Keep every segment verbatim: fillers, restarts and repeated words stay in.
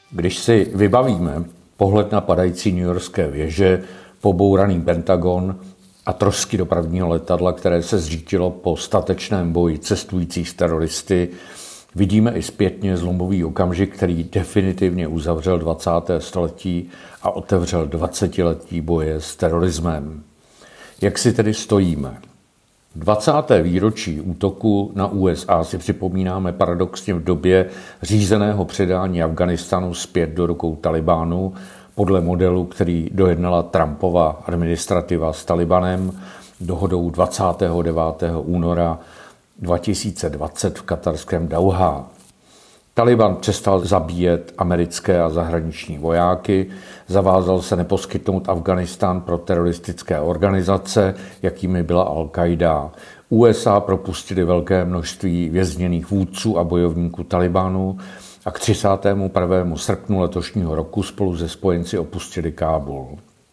Když si vybavíme pohled na padající newyorské věže, pobouraný Pentagon a trosky dopravního letadla, které se zřítilo po statečném boji cestujících s teroristy, vidíme i zpětně zlomový okamžik, který definitivně uzavřel dvacáté století a otevřel dvacetiletí boje s terorismem. Jak si tedy stojíme? dvacáté výročí útoku na U S A si připomínáme paradoxně v době řízeného předání Afghánistánu zpět do rukou Talibánu podle modelu, který dojednala Trumpova administrativa s Talibanem dohodou dvacátého devátého února dva tisíce dvacet v katarském Dauhá. Taliban přestal zabíjet americké a zahraniční vojáky, zavázal se neposkytnout Afghánistán pro teroristické organizace, jakými byla Al-Qaida. U S A propustili velké množství vězněných vůdců a bojovníků Talibánu a k třicátému prvému srpnu letošního roku spolu se spojenci opustili Kábul.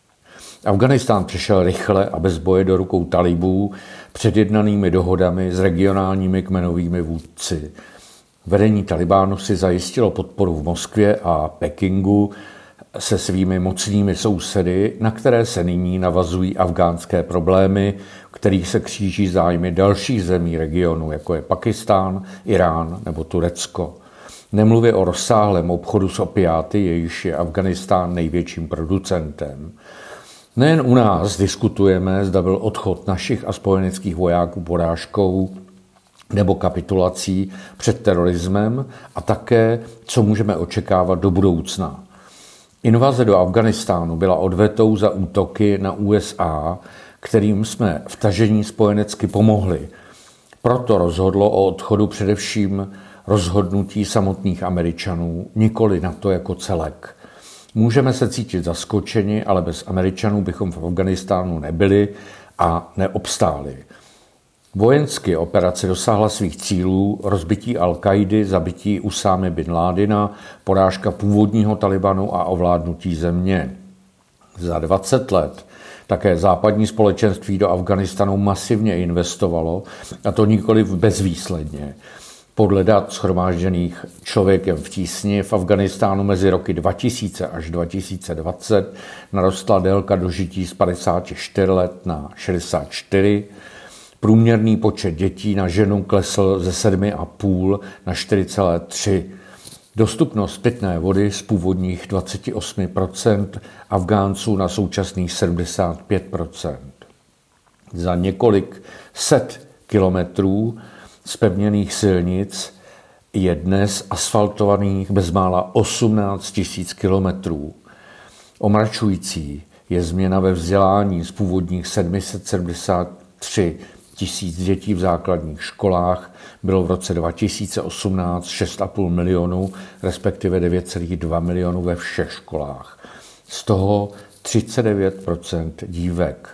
Afghánistán přešel rychle a bez boje do rukou talibů předjednanými dohodami s regionálními kmenovými vůdci. Vedení Talibánu si zajistilo podporu v Moskvě a Pekingu se svými mocnými sousedy, na které se nyní navazují afghánské problémy, kterých se kříží zájmy dalších zemí regionu, jako je Pakistán, Irán nebo Turecko. Nemluvě o rozsáhlém obchodu s opiáty, jejíž je Afghánistán největším producentem. Nejen u nás diskutujeme, zda byl odchod našich a spojeneckých vojáků porážkou nebo kapitulací před terorismem a také, co můžeme očekávat do budoucna. Invaze do Afghánistánu byla odvetou za útoky na U S A, kterým jsme v tažení spojenecky pomohli. Proto rozhodlo o odchodu především rozhodnutí samotných Američanů, nikoli NATO jako celek. Můžeme se cítit zaskočeni, ale bez Američanů bychom v Afghánistánu nebyli a neobstáli. Vojensky operace dosáhla svých cílů, rozbití Al-Kaidy, zabití Usámy bin Ládina, porážka původního Talibanu a ovládnutí země. Za dvacet let také západní společenství do Afghánistánu masivně investovalo, a to nikoliv bezvýsledně. Podle dat shromážděných Člověkem v tísni v Afghánistánu mezi roky dva tisíce až dva tisíce dvacet narostla délka dožití z padesáti čtyř let na šedesát čtyři. Průměrný počet dětí na ženu klesl ze sedmi a půl na čtyři celé tři. Dostupnost pitné vody z původních dvacet osm procent Afgánců na současných sedmdesát pět procent. Za několik set kilometrů zpevněných silnic je dnes asfaltovaných bezmála osmnáct tisíc kilometrů. Omračující je změna ve vzdělání z původních sedm set sedmdesát tři tisíc dětí v základních školách, bylo v roce dva tisíce osmnáct šest a půl milionu, respektive devět celá dva milionu ve všech školách. Z toho třicet devět procent dívek.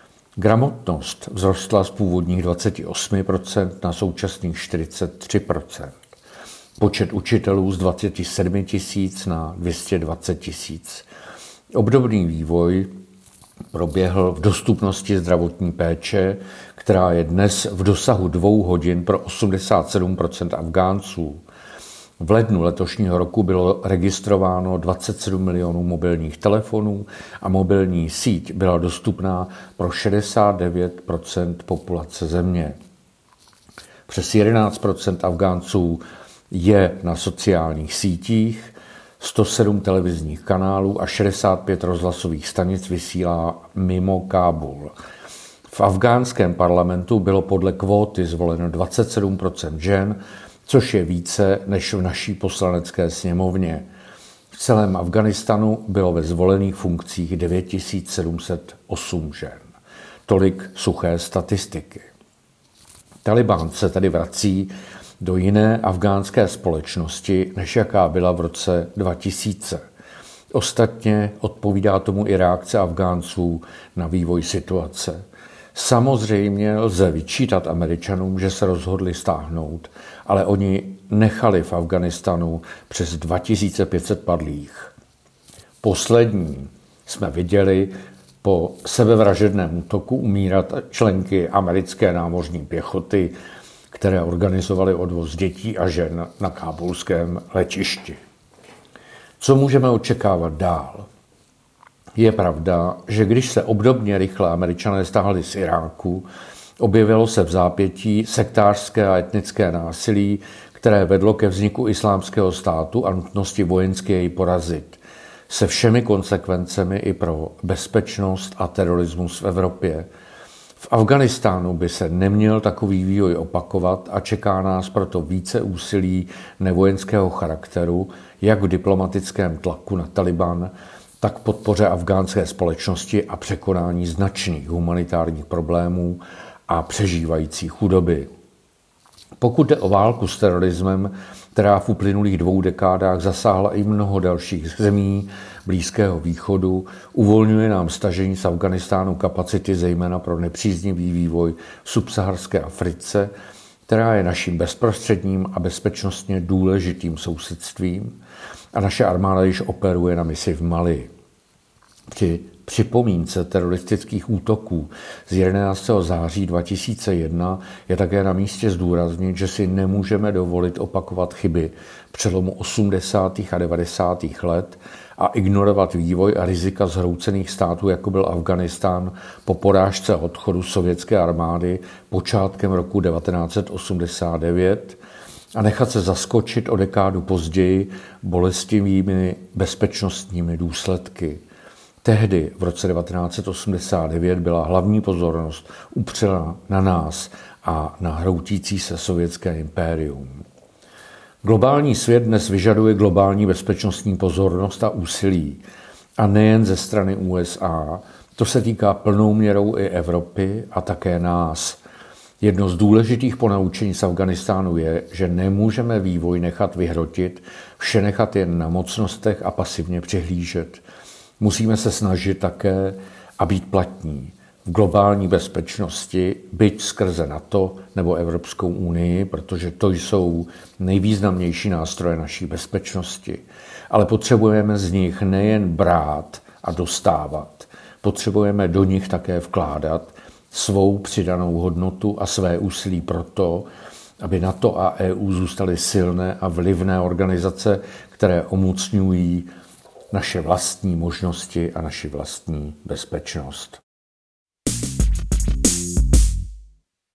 Gramotnost vzrostla z původních dvacet osm procent na současných čtyřicet tři procent. Počet učitelů z dvacet sedm tisíc na dvě stě dvacet tisíc. Obdobný vývoj proběhl v dostupnosti zdravotní péče, která je dnes v dosahu dvou hodin pro osmdesát sedm procent Afgánců. V lednu letošního roku bylo registrováno dvacet sedm milionů mobilních telefonů a mobilní síť byla dostupná pro šedesát devět procent populace země. Přes jedenáct procent Afgánců je na sociálních sítích, sto sedm televizních kanálů a šedesát pět rozhlasových stanic vysílá mimo Kábul. V afghánském parlamentu bylo podle kvóty zvoleno dvacet sedm procent žen, což je více než v naší poslanecké sněmovně. V celém Afghánistanu bylo ve zvolených funkcích devět tisíc sedm set osm žen. Tolik suché statistiky. Talibán se tedy vrací do jiné afghánské společnosti, než jaká byla v roce dva tisíce. Ostatně odpovídá tomu i reakce Afgánců na vývoj situace. Samozřejmě lze vyčítat Američanům, že se rozhodli stáhnout, ale oni nechali v Afghánistanu přes dva tisíce pět set padlých. Poslední jsme viděli po sebevražedném útoku umírat členky americké námořní pěchoty, které organizovaly odvoz dětí a žen na kábulském letišti. Co můžeme očekávat dál? Je pravda, že když se obdobně rychle Američané stáhli z Iráku, objevilo se v zápětí sektářské a etnické násilí, které vedlo ke vzniku islámského státu a nutnosti vojensky jej porazit, se všemi konsekvencemi i pro bezpečnost a terorismus v Evropě. V Afghánistánu by se neměl takový vývoj opakovat a čeká nás proto více úsilí nevojenského charakteru, jak v diplomatickém tlaku na Taliban, tak podpoře afgánské společnosti a překonání značných humanitárních problémů a přežívající chudoby. Pokud jde o válku s terorismem, která v uplynulých dvou dekádách zasáhla i mnoho dalších zemí Blízkého východu, uvolňuje nám stažení z Afghánistánu kapacity zejména pro nepříznivý vývoj v subsaharské Africe, která je naším bezprostředním a bezpečnostně důležitým sousedstvím, a naše armáda již operuje na misi v Mali. Při připomínce teroristických útoků z jedenáctého září dva tisíce jedna je také na místě zdůraznit, že si nemůžeme dovolit opakovat chyby přelomu osmdesátých a devadesátých let a ignorovat vývoj a rizika zhroucených států, jako byl Afghánistán po porážce odchodu sovětské armády počátkem roku devatenáct set osmdesát devět a nechat se zaskočit o dekádu později bolestivými bezpečnostními důsledky. Tehdy, v roce devatenáct set osmdesát devět, byla hlavní pozornost upřena na nás a na hroutící se sovětské impérium. Globální svět dnes vyžaduje globální bezpečnostní pozornost a úsilí. A nejen ze strany U S A, to se týká plnou měrou i Evropy a také nás. Jedno z důležitých ponaučení z Afghánistánu je, že nemůžeme vývoj nechat vyhrotit, vše nechat jen na mocnostech a pasivně přihlížet. Musíme se snažit také a být platní v globální bezpečnosti, byť skrze NATO nebo Evropskou unii, protože to jsou nejvýznamnější nástroje naší bezpečnosti. Ale potřebujeme z nich nejen brát a dostávat, potřebujeme do nich také vkládat svou přidanou hodnotu a své úsilí proto, aby NATO a E U zůstaly silné a vlivné organizace, které umocňují naše vlastní možnosti a naši vlastní bezpečnost.